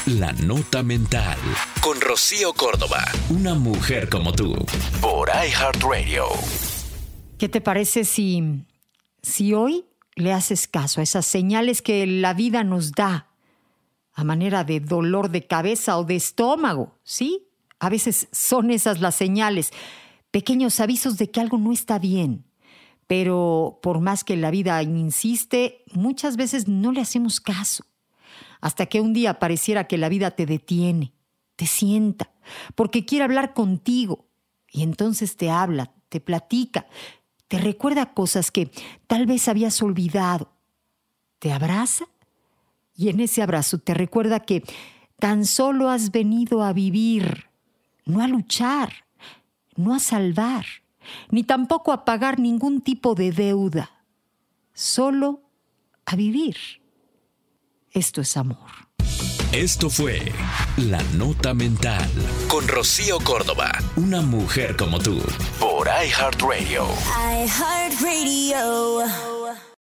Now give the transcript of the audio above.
La Nota Mental con Rocío Córdoba. Una mujer como tú. Por iHeartRadio. ¿Qué te parece si hoy le haces caso a esas señales que la vida nos da a manera de dolor de cabeza o de estómago? ¿Sí? A veces son esas las señales, pequeños avisos de que algo no está bien. Pero por más que la vida insiste, muchas veces no le hacemos caso. Hasta que un día pareciera que la vida te detiene, te sienta, porque quiere hablar contigo. Y entonces te habla, te platica, te recuerda cosas que tal vez habías olvidado. Te abraza y en ese abrazo te recuerda que tan solo has venido a vivir, no a luchar, no a salvar, ni tampoco a pagar ningún tipo de deuda, solo a vivir. Esto es amor. Esto fue La Nota Mental con Rocío Córdoba. Una mujer como tú. Por iHeartRadio. iHeartRadio.